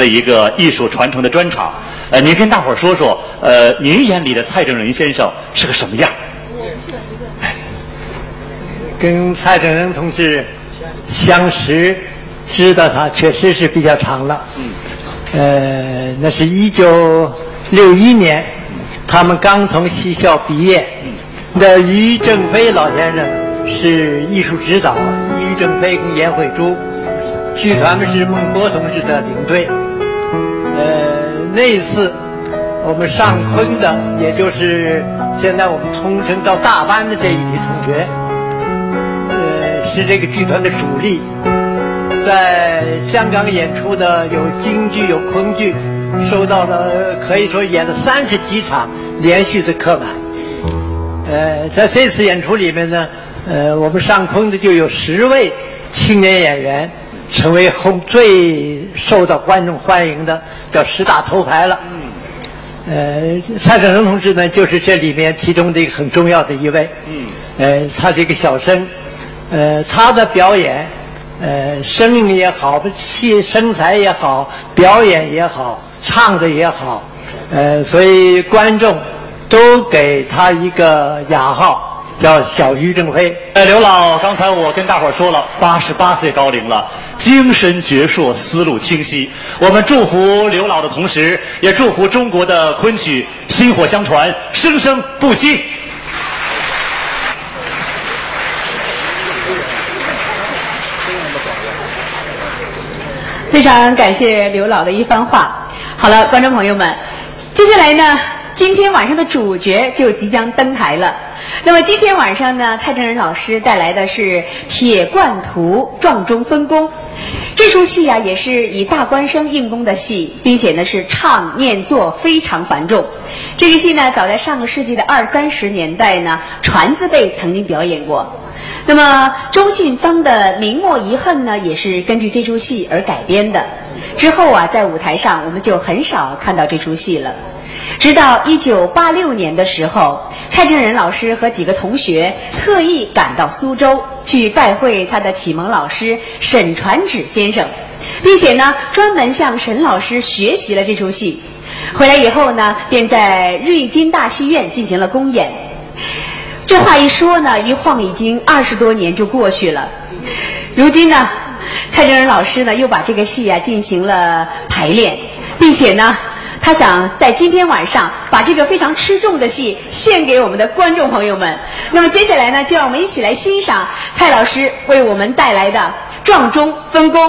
的一个艺术传承的专场。您跟大伙儿说说，您眼里的蔡正仁先生是个什么样？ 跟蔡正仁同志相识，知道他确实是比较长了。那是1961年，他们刚从西校毕业。那于正飞老先生是艺术指导，于正飞跟严慧珠，剧团们是孟波同志的领队。那一次我们上昆的，也就是现在我们通称到大班的这一批同学，是这个剧团的主力。在香港演出的有京剧有昆剧，收到了可以说演了30几场连续的客满。在这次演出里面呢，我们上昆的就有10位青年演员成为最受到观众欢迎的，叫10大头牌了。蔡正仁同志呢，就是这里面其中的一个很重要的一位。他这个小生，他的表演，声音也好，身材也好，表演也好，唱的也好，所以观众都给他一个雅号，叫小于正飞。 刘老，刚才我跟大伙儿说了，88岁高龄了，精神矍铄，思路清晰。我们祝福刘老的同时，也祝福中国的昆曲薪火相传，生生不息。 非常感谢刘老的一番话。好了，观众朋友们，接下来呢，今天晚上的主角就即将登台了。那么今天晚上呢，蔡正仁老师带来的是《铁罐图·撞钟分工》。这出戏啊，也是以大官生应功的戏，并且呢是唱念做非常繁重。这个戏呢，早在上个世纪的20、30年代呢，传字辈曾经表演过。那么周信芳的《明末遗恨》呢，也是根据这出戏而改编的。之后啊，在舞台上我们就很少看到这出戏了。直到1986年的时候，蔡正仁老师和几个同学特意赶到苏州去拜会他的启蒙老师沈传芷先生，并且呢专门向沈老师学习了这出戏。回来以后呢，便在瑞金大戏院进行了公演。这话一说呢，一晃已经20多年就过去了。如今呢，蔡正仁老师呢又把这个戏啊进行了排练，并且呢他想在今天晚上把这个非常吃重的戏献给我们的观众朋友们。那么接下来呢，就让我们一起来欣赏蔡老师为我们带来的《撞钟分工》。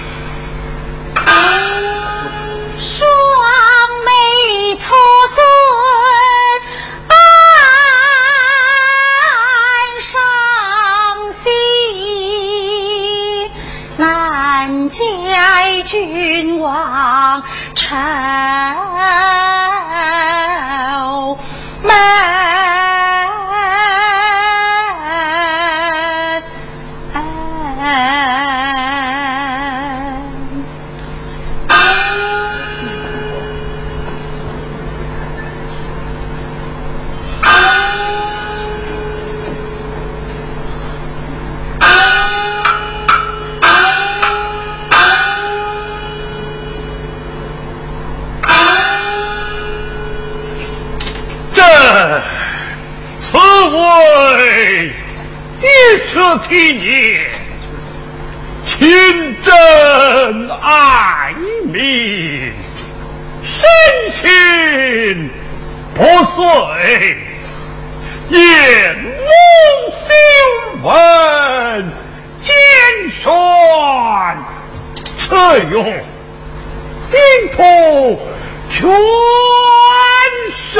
双眉错锁君王朝门。 此位17年，勤政爱民，身心不遂，言无修文，兼选此用，领土全身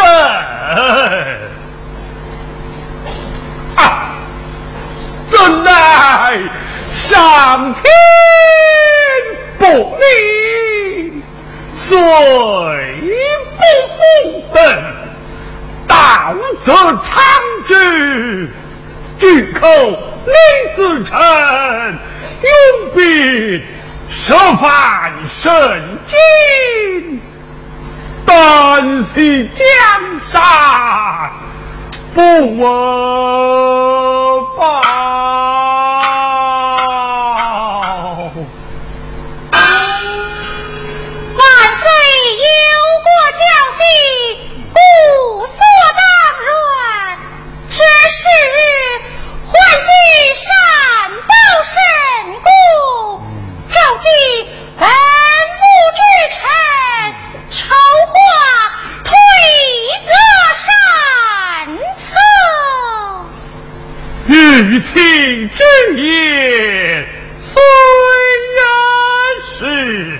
啊！怎奈上天不利，虽不等，道则长之，举口令子臣，用兵设反神经，旦夕江山不我报。 万岁有过教习，故所当然。这是唤醒善报神故，召集文武之臣，筹划推责善策。 与其之言，虽然是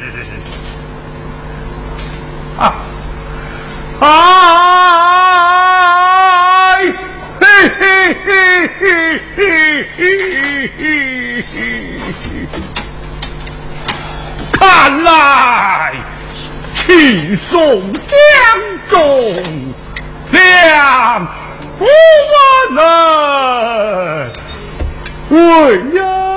嘿嘿嘿嘿嘿嘿嘿，看来秦宋江中两不能为呀。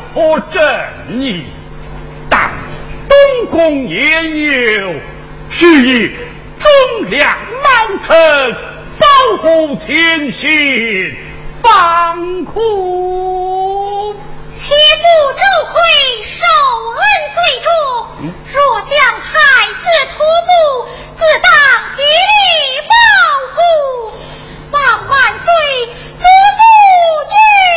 和正义，但东宫也有是以忠良谋臣，保护天心，方苦。 欺负周奎受恩最重，若将孩子托付，自当极力保护。望万岁祖父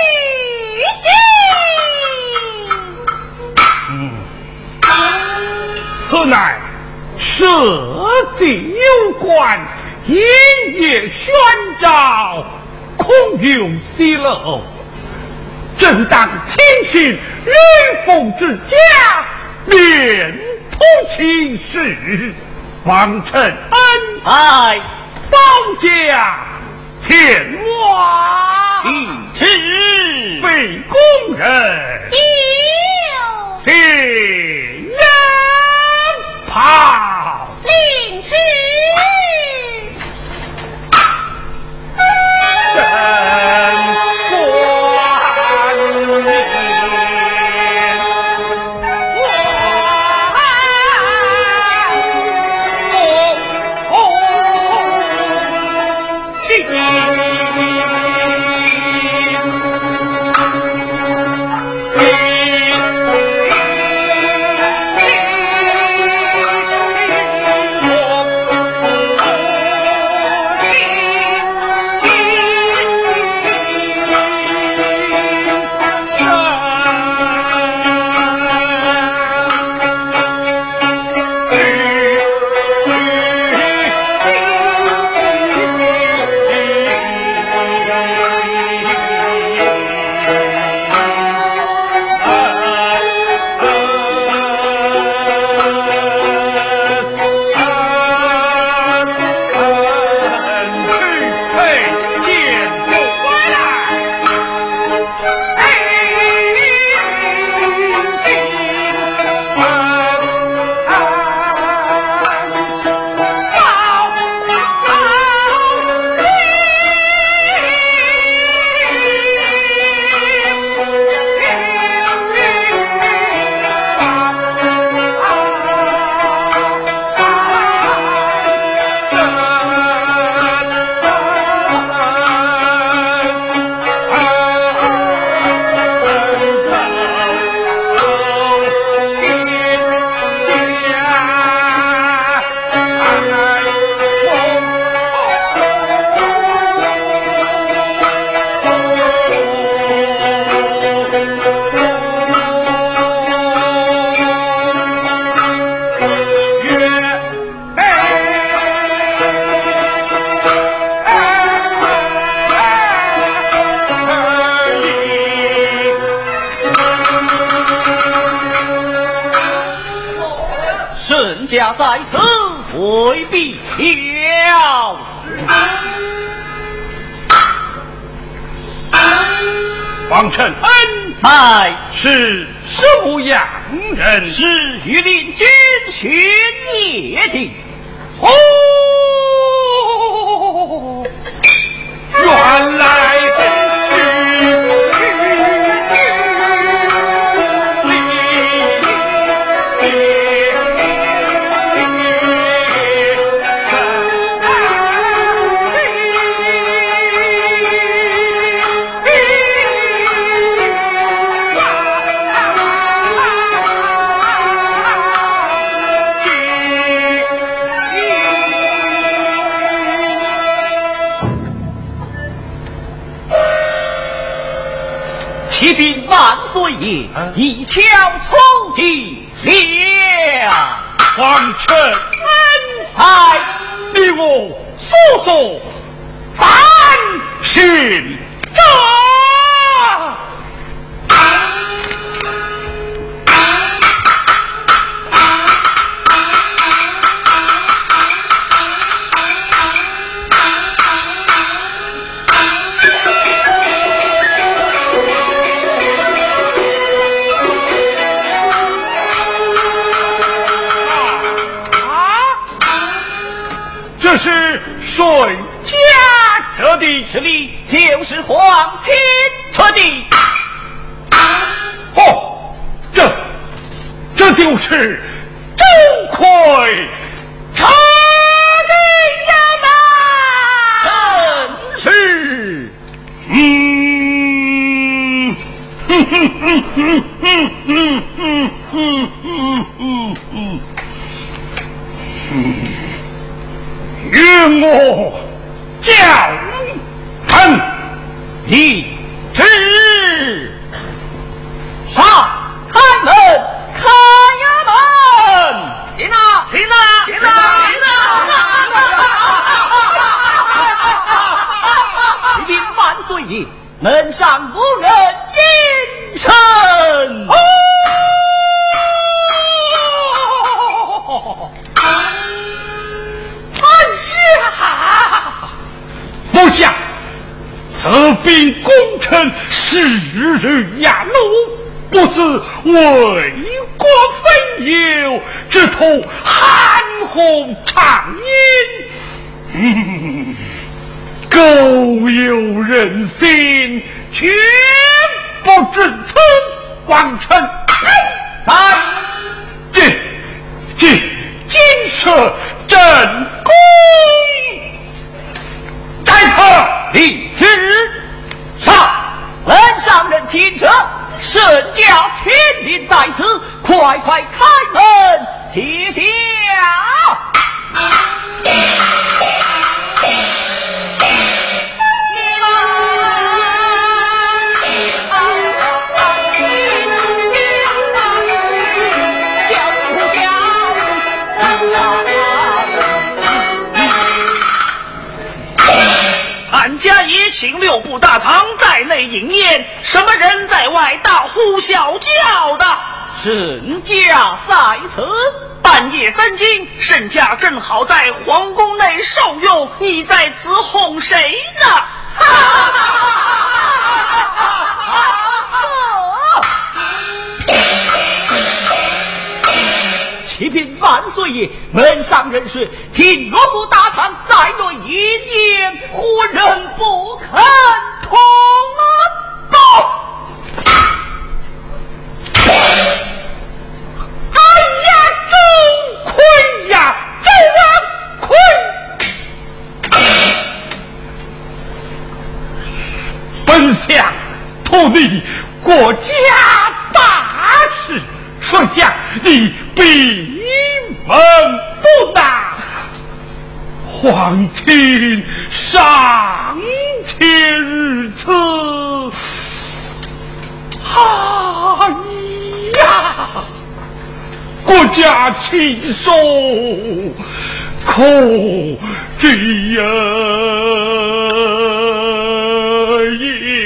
举行。 此乃社稷有关，因也宣召，空有泄漏。正当亲信人父之家，免通其事，王臣恩在保驾前往， 一旨非公人有请人跑。 领旨。 家在此，未必了。 王臣恩在是什么样人？ 是御林军巡夜的。 哦，原来启禀万岁爷，一枪冲进了。 王臣恩在你我速速反寻找。这是谁家这的？ 这里就是皇亲出的。 哦，这就是周奎差人呀！是，允我教腾一旨，上开门，开呀门！行啊，行啊，行啊，行啊！启禀万岁爷，门上无人应声。不想这兵功臣时日压路，不自为国分忧，只图含糊长音。苟有人心，绝不至此。王臣在今设朕功在此立旨，上门上人听着，圣驾天临在此，快快开门启下。俺家也请六部大堂在内饮宴，什么人在外大呼小叫的？圣驾在此，半夜三更，圣驾正好在皇宫内受用，你在此哄谁呢？启禀万岁爷，门上人说，听罗布大堂在内饮宴，胡人不肯同到。哎呀，周奎呀，周奎！本相图你国家大事，谁想你闭门不答，皇亲尚且如此，哎呀，国家亲手可知也。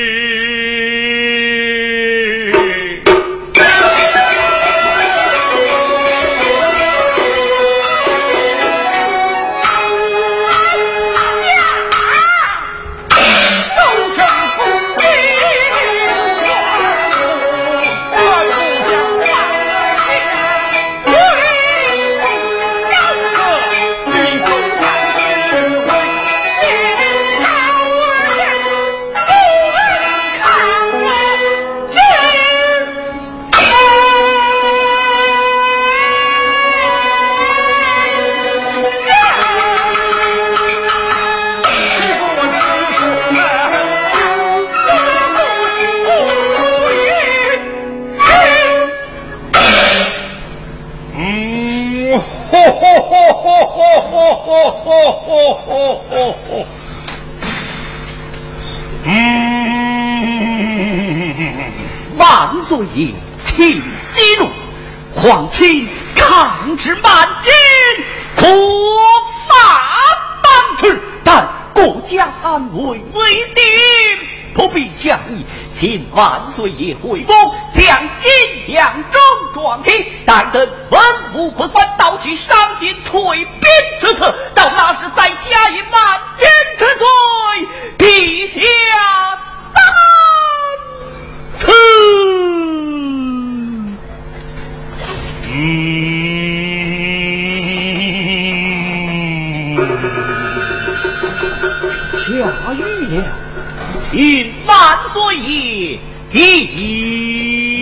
万岁爷，请息怒，皇亲抗旨满京，国法当之，但国家安危为定，不必将议，请万岁爷回宫，将金两中状起，待等文武百官到其上殿退兵之策，到那时再加以满京之罪，陛下三次。下狱了，请万岁爷一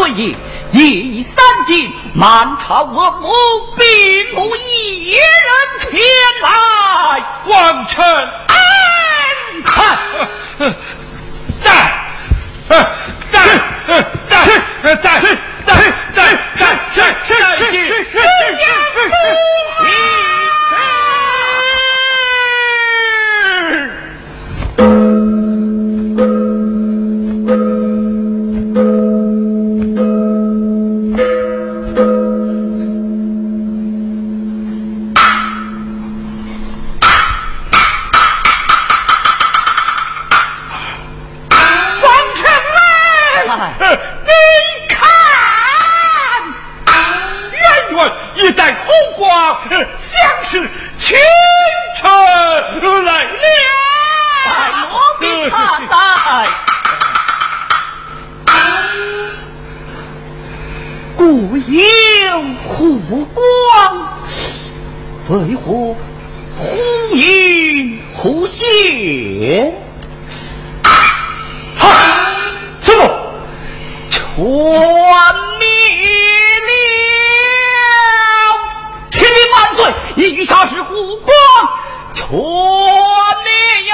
罪业，夜已三更，满朝文武并无一人前来。 王臣看，为何忽隐忽现？什么？全灭了！千兵万岁！一杀是虎光，全灭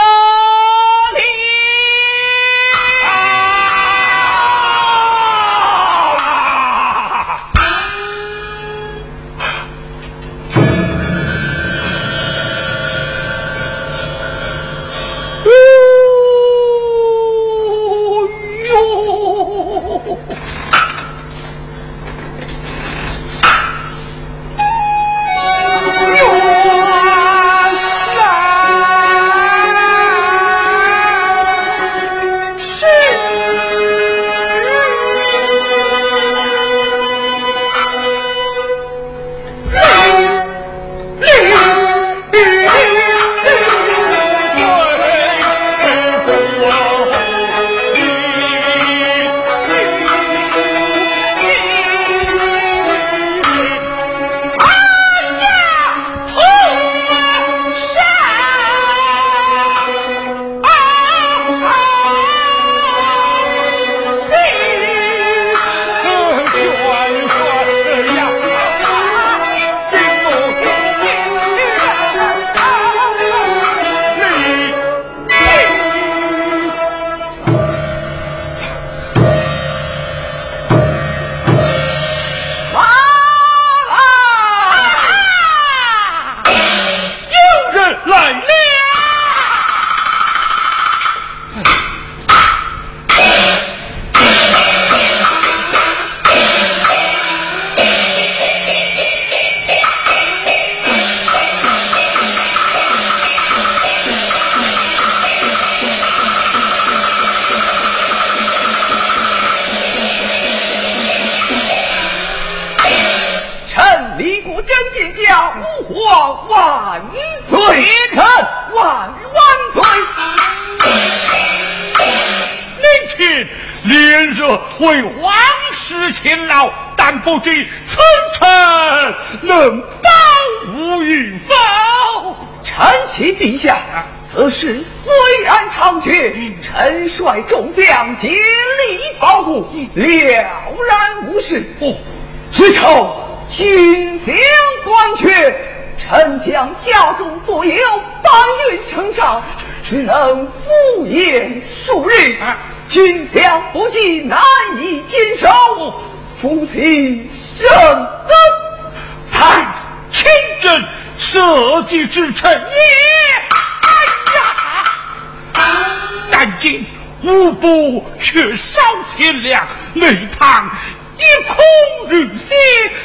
为王室勤劳，但不知此臣能保吾与否？ 臣启陛下，此事虽然猖獗，臣率众将竭力保护，了然无事。只愁军饷短缺，臣将家中所有搬运呈上，只能敷衍数日。军饷不济，难以坚守，夫妻甚得才亲朕社稷之臣也。但今吾部缺少钱粮，内堂一空日些，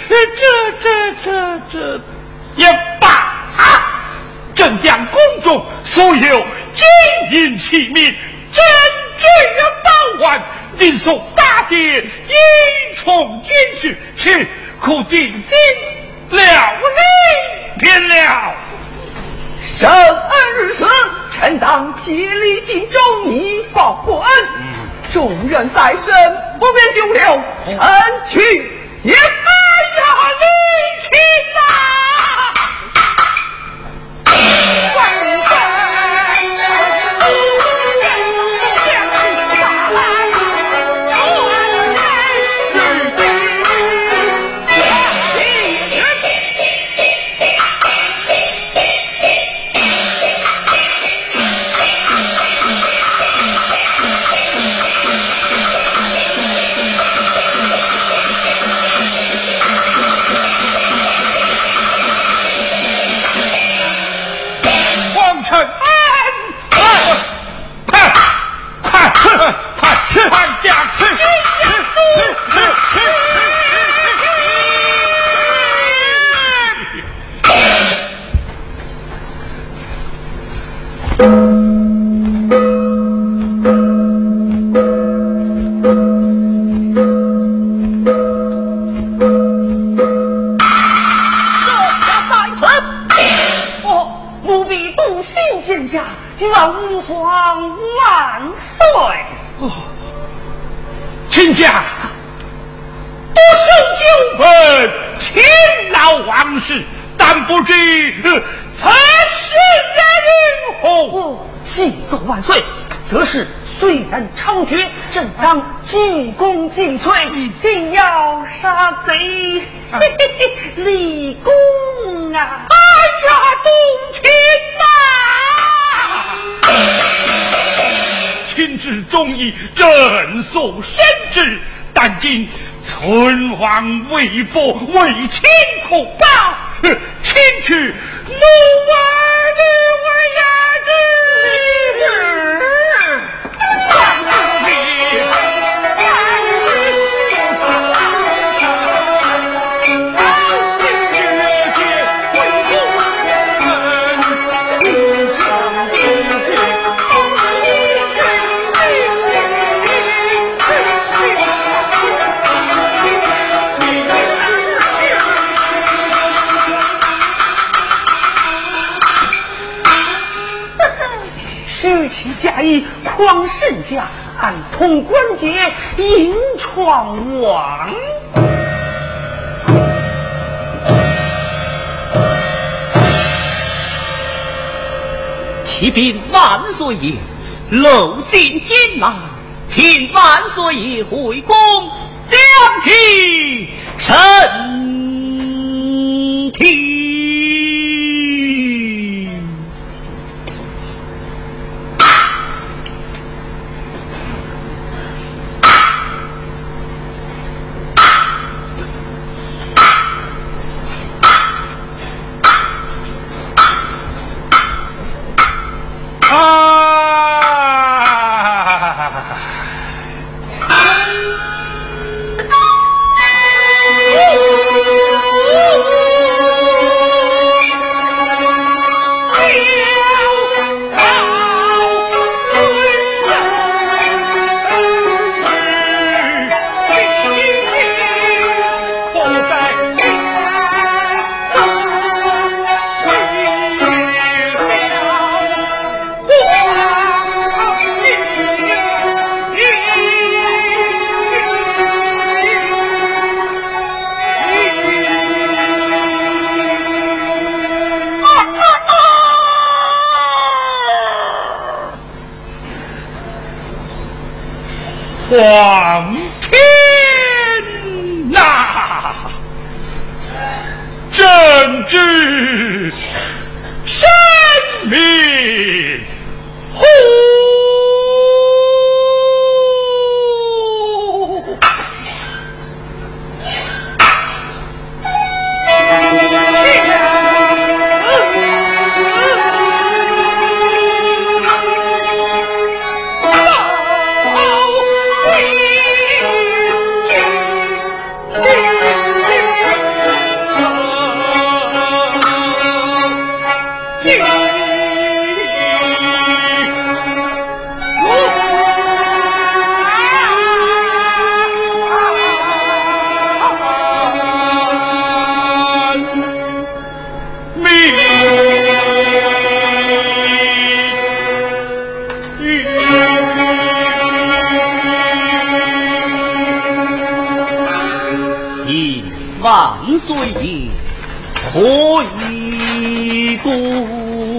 这也罢。朕将宫中所有金银器皿珍坠保管，尽送大典，一重军事，且可进行了令便了。 圣恩日死，臣当竭力尽忠，以报国恩。众人在身，不便久留，臣去也。 呀，离去啦！ 请见驾，愿吾皇万岁。哦，请驾。多受九本，勤劳王室，但不知此事人何？哦，启奏万岁，则是虽然猖獗，正当鞠躬尽瘁，定要杀贼，立功啊！哎呀，动情啊！亲之忠义，朕所深知，但今存亡未卜，为亲可报，亲去奴儿的为假意匡圣驾，按通关节迎闯王。 启禀万岁爷，漏尽金马，请万岁爷回宫将其升庭。 皇天呐，朕之生命乎！ 万岁爷回宫。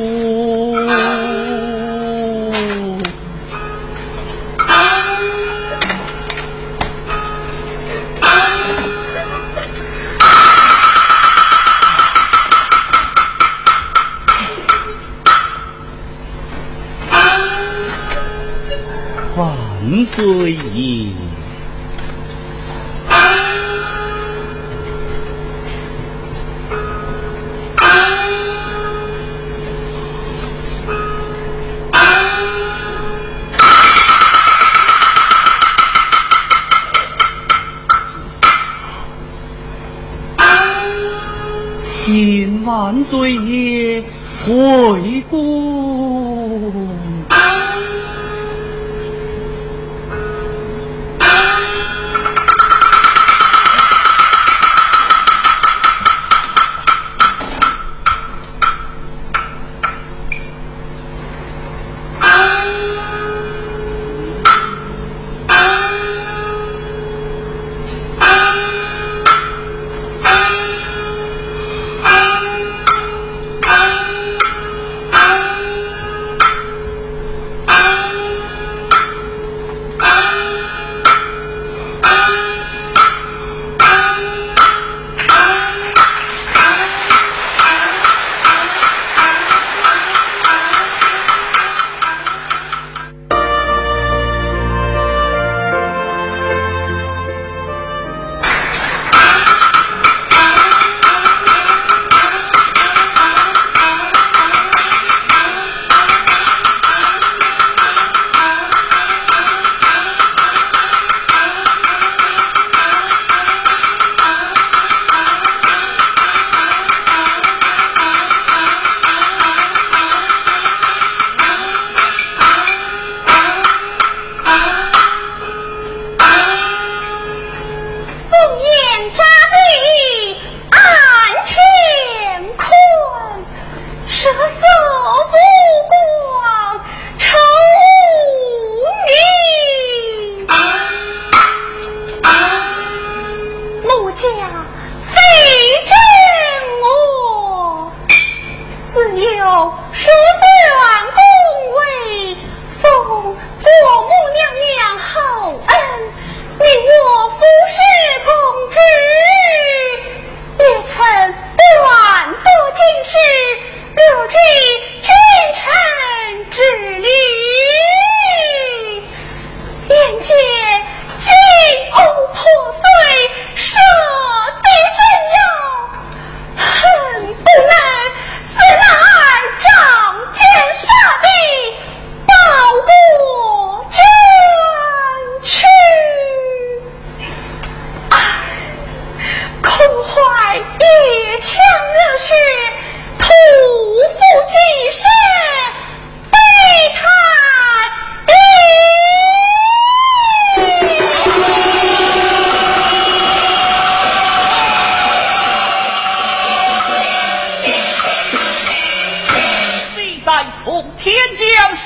万岁爷。请万岁爷回宫。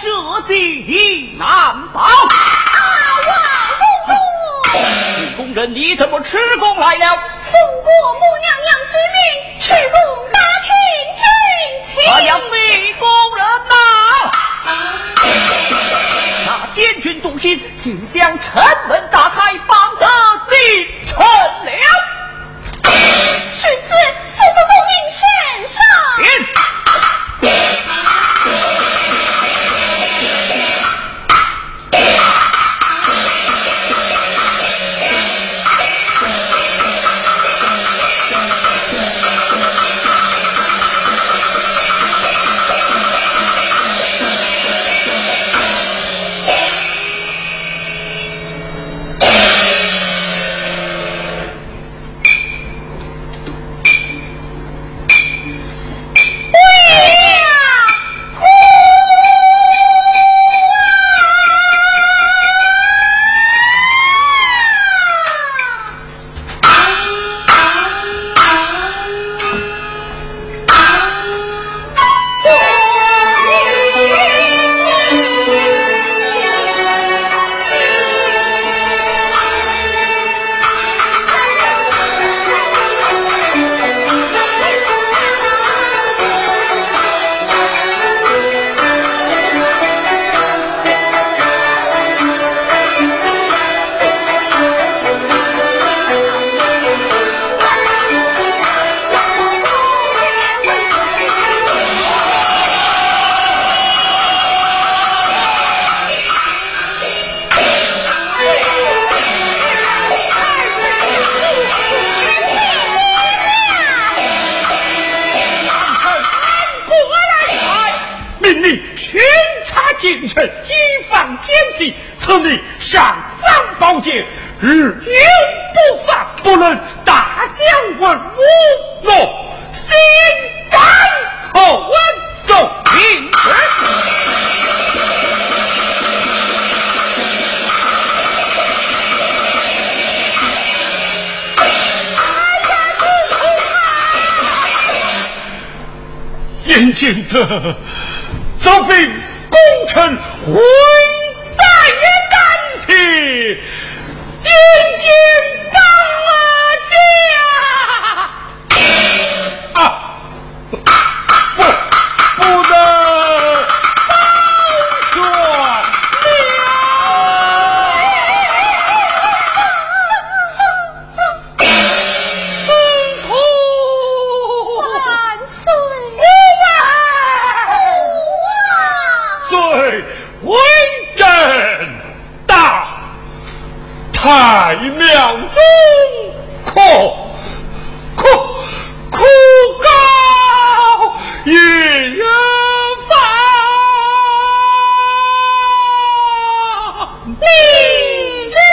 社稷难保。女工人，你怎么吃贡来了？ 奉过母娘娘之命，去贡打听军情。 哎呀，废工人呐！那监军笃信，请将城门打开，方得进城了。 许次速速奉命审上。 京城以防奸细，此令上方保监，日永不放，不能大相文武。我先斩后文，奏明旨。眼见的遭被功臣毁在也干系，眼见大家不能保全了。太庙中可告一方立之。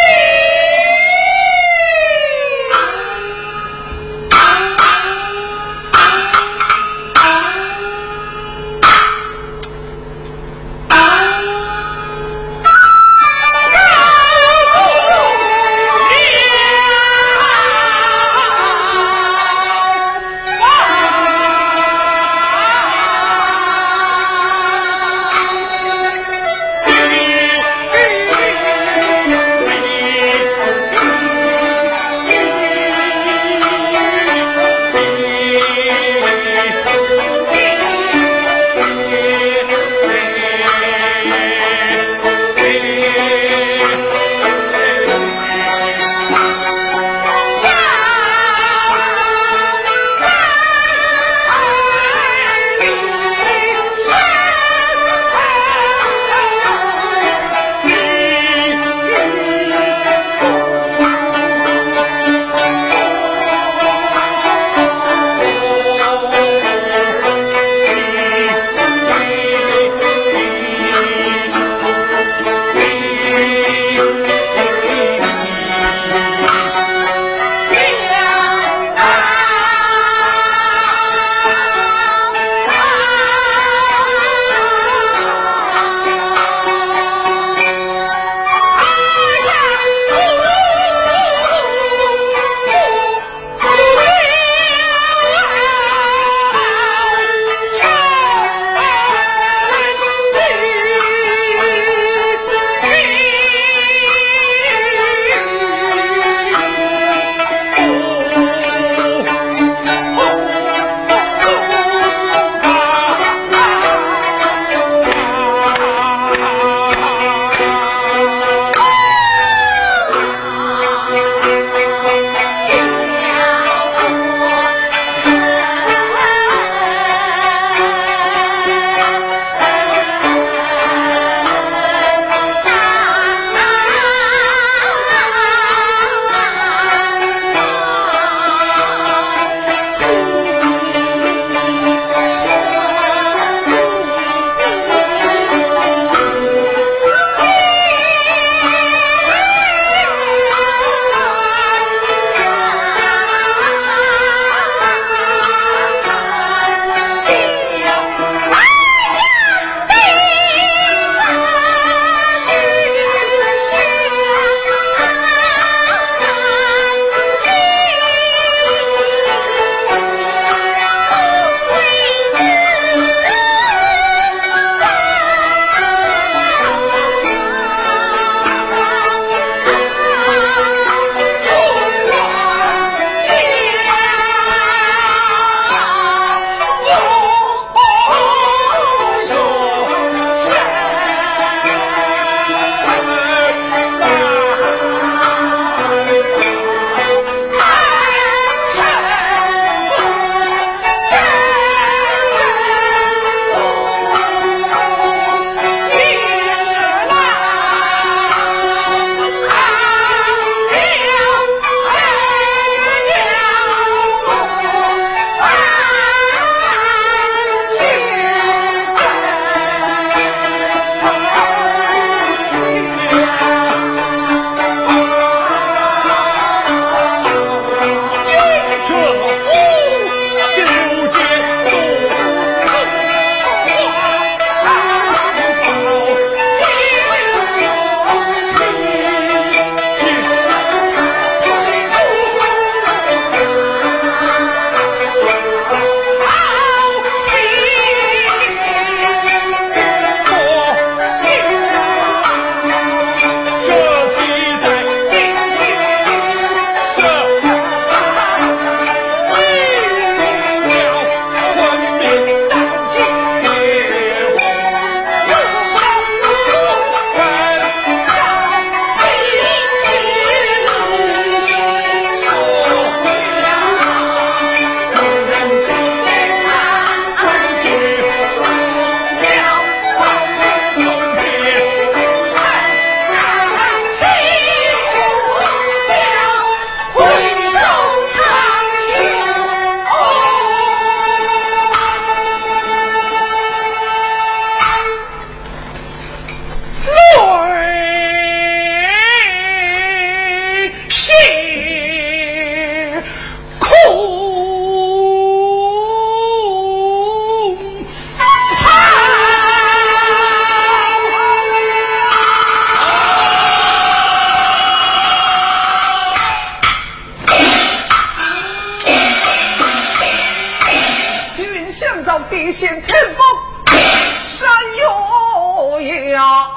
一线天风山摇摇。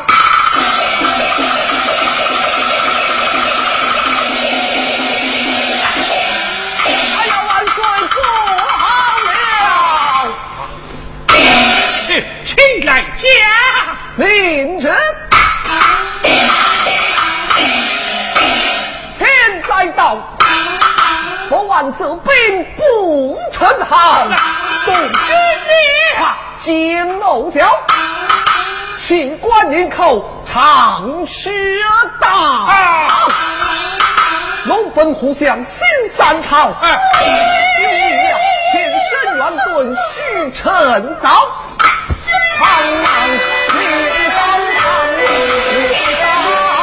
哎呀，万岁不好了！ 请来讲。 令人天灾到，我万则兵不成行， 不知你金楼角，弃官人口长学大，龙本互相新三套，休了千身元盾须趁早，苍茫立当立当。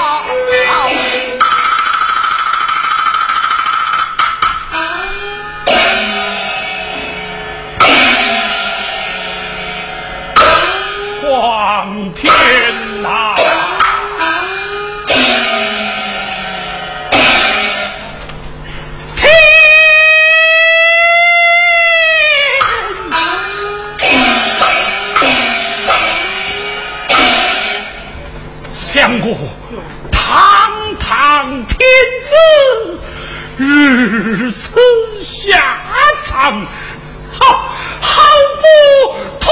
皇天哪！相公，堂堂天子，日此下场，好不妥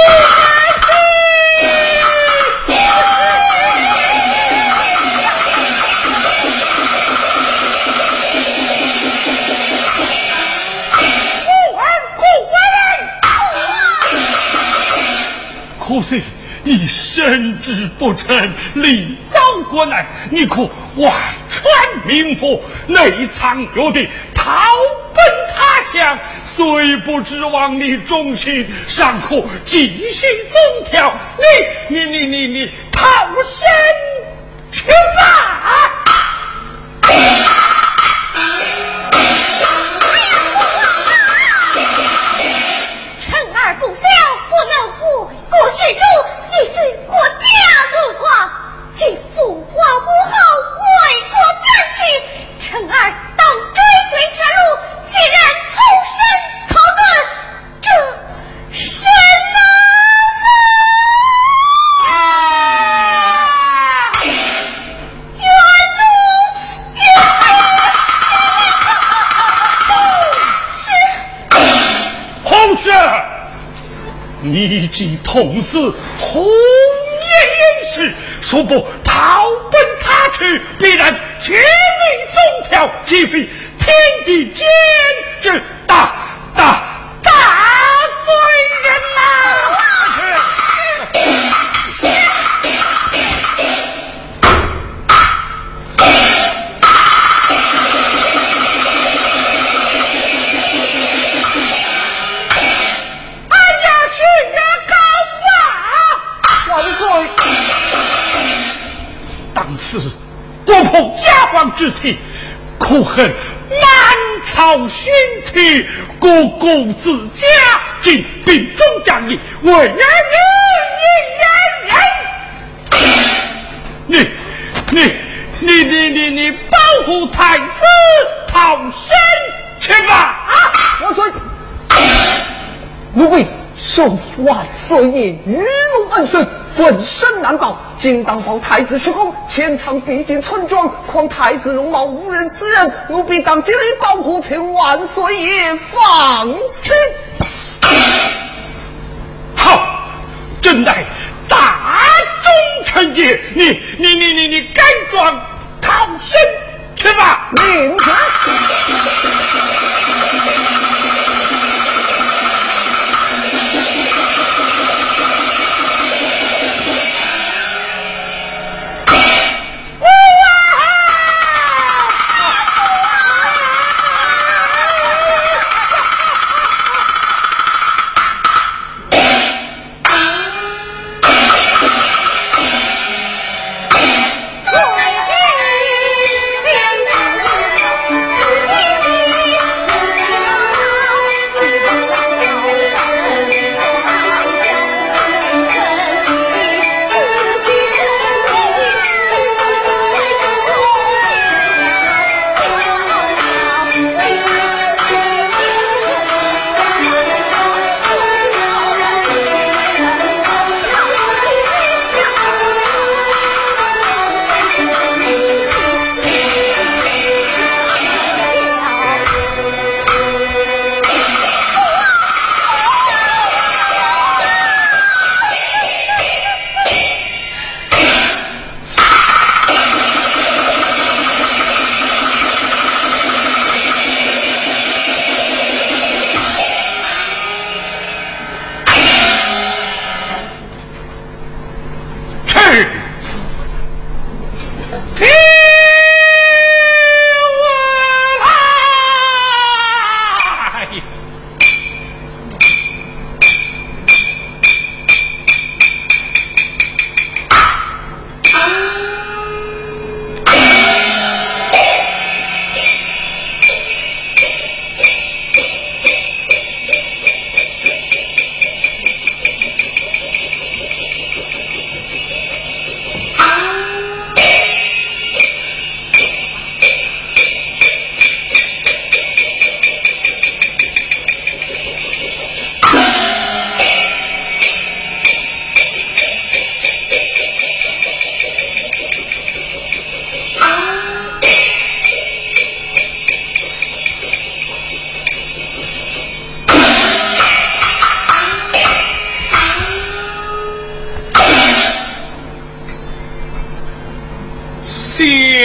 可惜你深知不臣，力遭国难，你可外传民妇，内藏有敌，逃奔他乡，虽不指望你忠心，尚可继续宗条。你逃生去吧！ 臣儿不孝，不能为国事主，以致国家沦亡。既父王母后为国捐躯，臣儿当追随前路，既然投身逃遁，这神你既痛死红颜人士，殊不逃奔他去，必然绝命宗条，岂非天地间之大罪人呐！国破家亡之妻，可恨满朝勋戚，国公自家，竟兵中将义，为人你保护太子逃生去吧！ 万岁！奴婢受万岁爷御龙恩神，粉身难保，今当报太子出宫，潜藏逼近村庄，况太子容貌无人私人，奴婢当尽力保护，请万岁爷放心。 好，朕乃大忠臣也，你改装逃生去吧！ 领旨。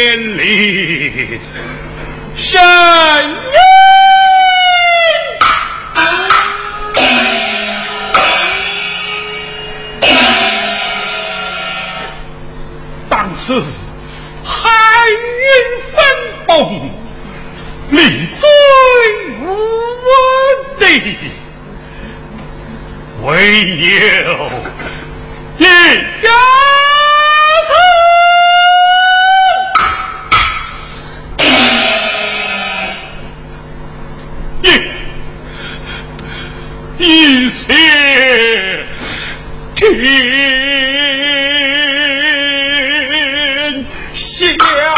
千里，神人。当此海云分崩，立罪无问的，唯有一家一切天下。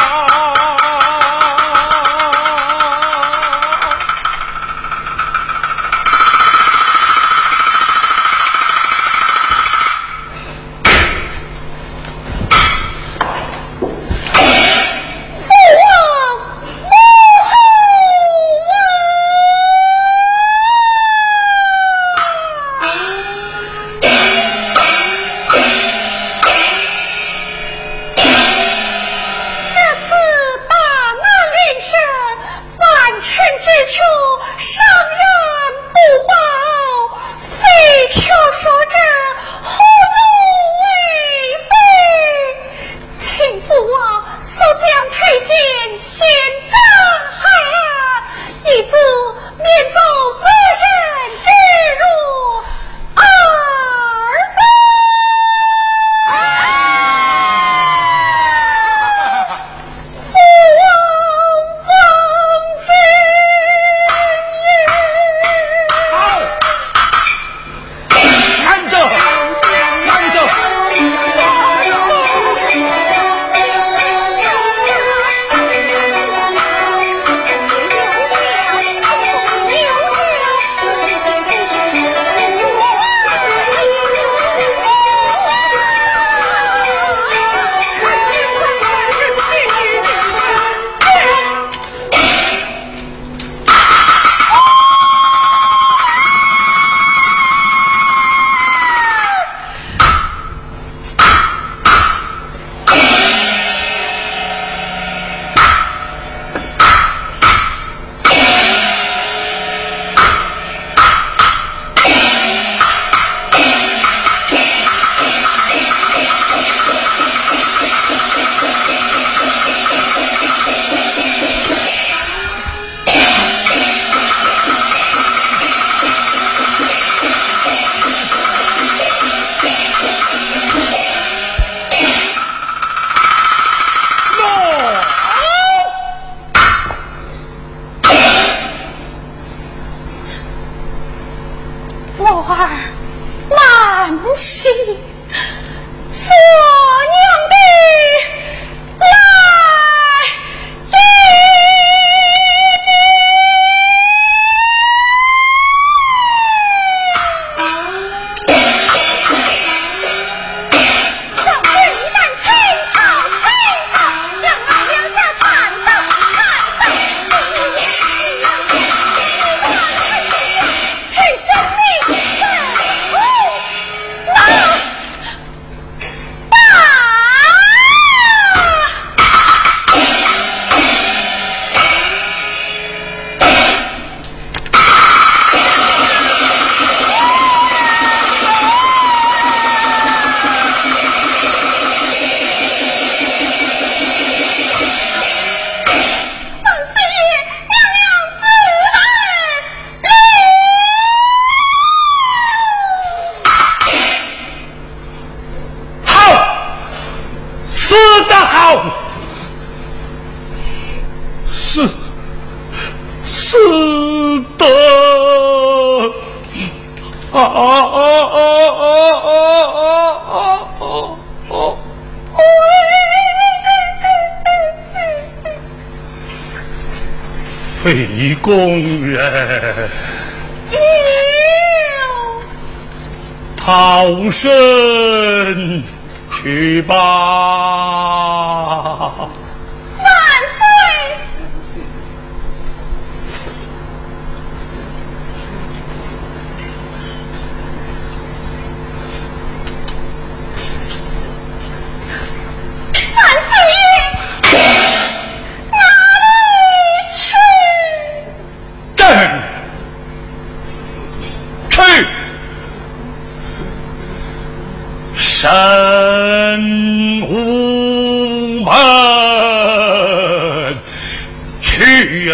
非公人逃生去吧。 万岁！ 神武门去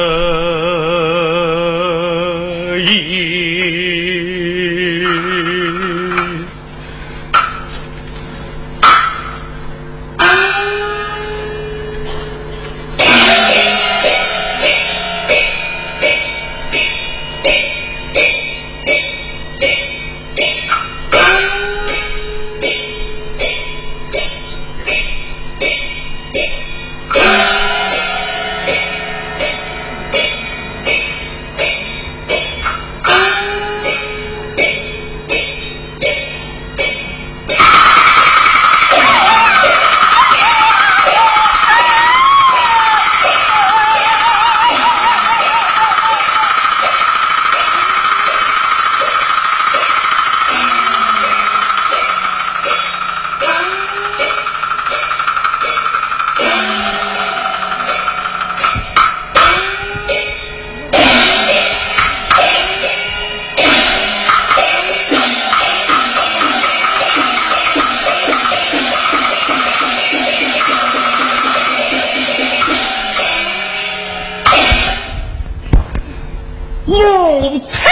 母亲。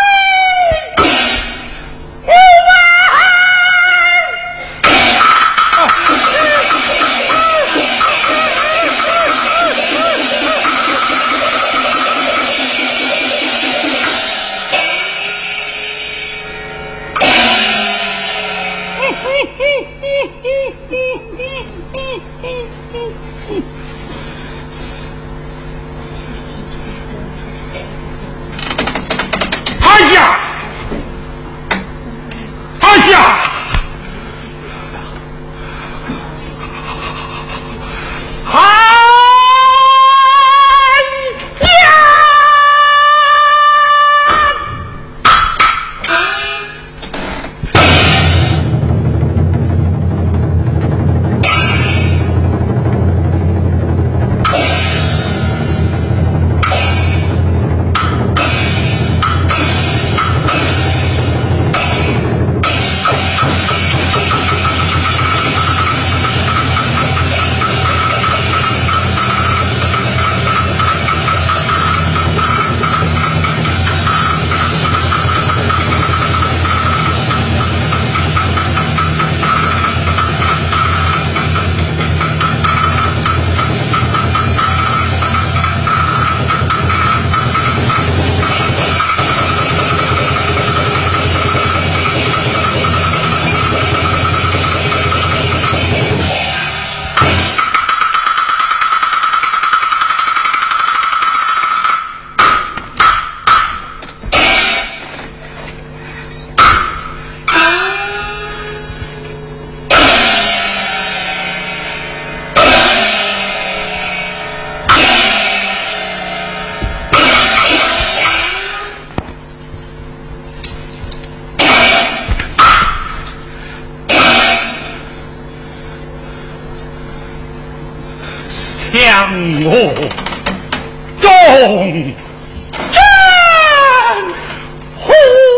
向我中战呼！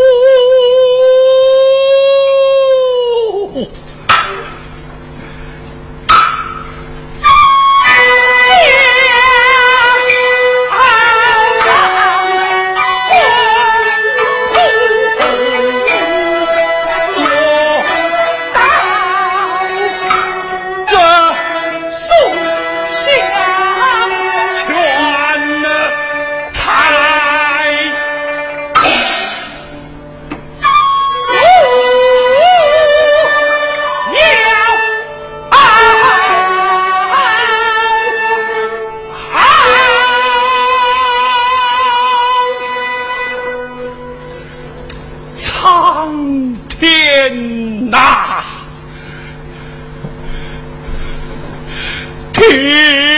天哪！天！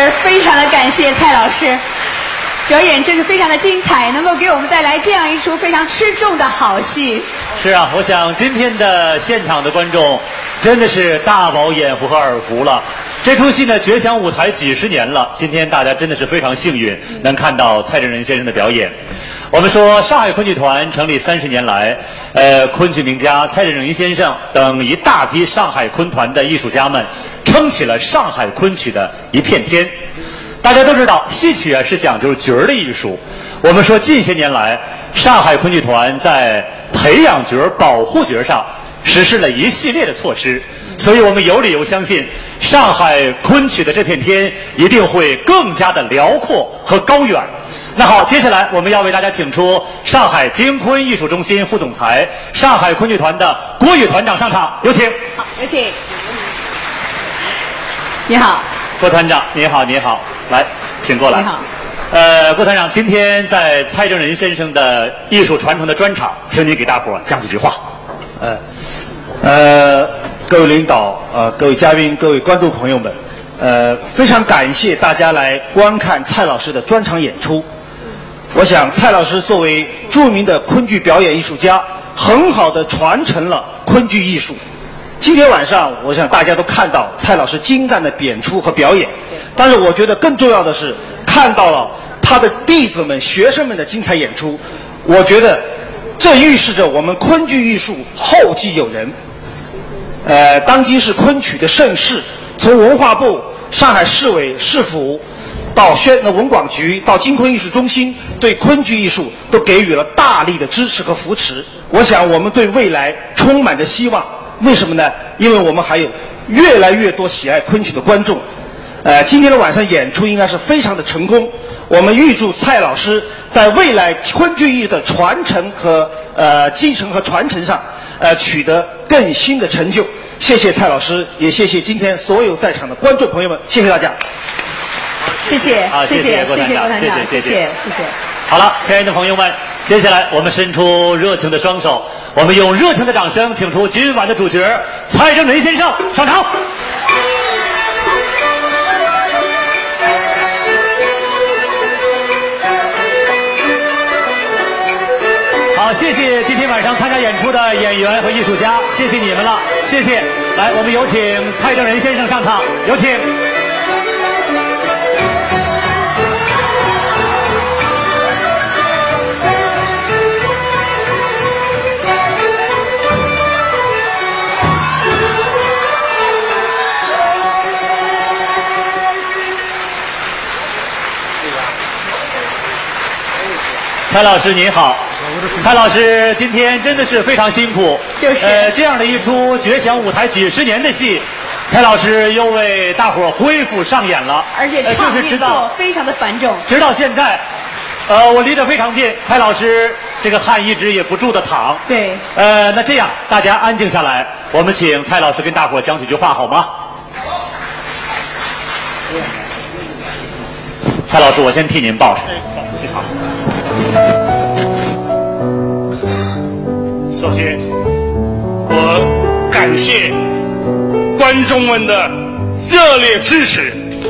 是非常的感谢蔡老师，表演真是非常的精彩，能够给我们带来这样一出非常吃重的好戏。 是啊，我想今天的现场的观众真的是大饱眼福和耳福了。这出戏呢，绝响舞台几十年了，今天大家真的是非常幸运，能看到蔡振仁先生的表演。我们说，上海昆剧团成立30年来，昆剧名家蔡振仁先生等一大批上海昆团的艺术家们，撑起了上海昆曲的一片天。大家都知道，戏曲啊是讲究角儿的艺术。我们说，近些年来，上海昆剧团在培养角儿、保护角儿上实施了一系列的措施，所以我们有理由相信，上海昆曲的这片天一定会更加的辽阔和高远。那好，接下来我们要为大家请出上海京昆艺术中心副总裁、上海昆剧团的郭宇团长上场，有请。 好，有请。你好， 郭团长，你好，你好，来，请过来。 你好。 郭团长，今天在蔡振仁先生的艺术传承的专场，请您给大伙儿讲几句话。 各位领导，各位嘉宾，各位观众朋友们，非常感谢大家来观看蔡老师的专场演出。我想，蔡老师作为著名的昆剧表演艺术家，很好的传承了昆剧艺术。今天晚上，我想大家都看到蔡老师精湛的演出和表演，但是我觉得更重要的是看到了他的弟子们、学生们的精彩演出。我觉得这预示着我们昆剧艺术后继有人。当今是昆曲的盛世，从文化部、上海市委、市府到文广局到京昆艺术中心，对昆剧艺术都给予了大力的支持和扶持。我想我们对未来充满着希望。为什么呢？因为我们还有越来越多喜爱昆曲的观众。今天的晚上演出应该是非常的成功。我们预祝蔡老师在未来昆剧艺的传承和继承和传承上，取得更新的成就。谢谢蔡老师，也谢谢今天所有在场的观众朋友们，谢谢大家。 谢谢，谢谢郭团长，谢谢。 好了，亲爱的朋友们，接下来我们伸出热情的双手，我们用热情的掌声，请出今晚的主角蔡振仁先生上场。好，谢谢今天晚上参加演出的演员和艺术家，谢谢你们了，谢谢。来，我们有请蔡振仁先生上场，有请。蔡老师您好，蔡老师今天真的是非常辛苦， 就是这样的一出绝响舞台几十年的戏，蔡老师又为大伙儿恢复上演了， 而且唱念做非常的繁重， 直到现在，我离得非常近，蔡老师这个汗一直也不住的淌。 对， 那这样大家安静下来，我们请蔡老师跟大伙儿讲几句话好吗？蔡老师，我先替您报上。好。 首先，我感谢观众们的热烈支持。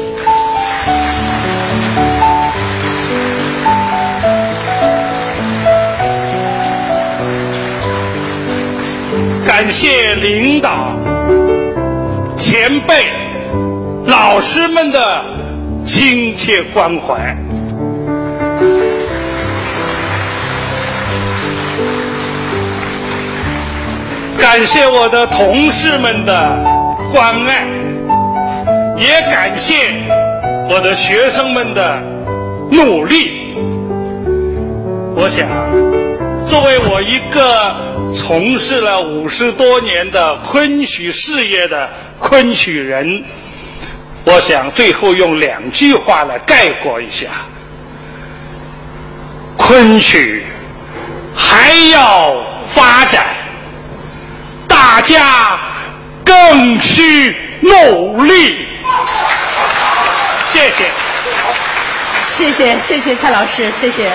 感谢领导、前辈、老师们的亲切关怀。感谢我的同事们的关爱，也感谢我的学生们的努力。我想，作为我一个从事了50多年的昆曲事业的昆曲人，我想最后用2句话来概括一下：昆曲还要发展，大家更需努力。谢谢。 谢谢蔡老师，谢谢。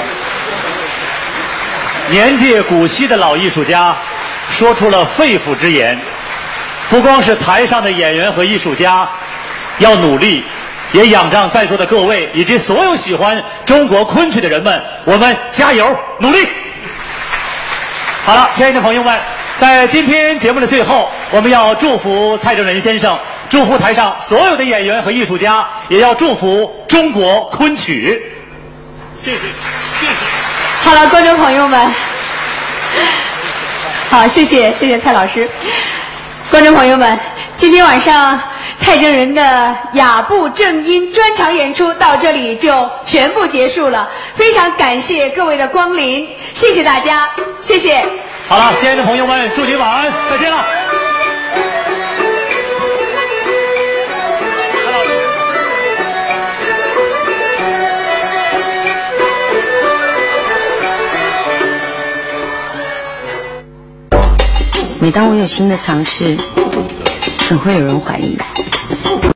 年届古稀的老艺术家说出了肺腑之言，不光是台上的演员和艺术家要努力， 也仰仗在座的各位以及所有喜欢中国昆曲的人们，我们加油努力。好了，亲爱的朋友们，在今天节目的最后，我们要祝福蔡正仁先生，祝福台上所有的演员和艺术家，也要祝福中国昆曲。谢谢，谢谢。 好了，观众朋友们，好，谢谢蔡老师。观众朋友们，今天晚上蔡正仁的雅步正音专场演出到这里就全部结束了，非常感谢各位的光临，谢谢大家，谢谢。 好了，亲爱的朋友们，祝您晚安，再见了。 每当我有新的尝试，总会有人怀疑。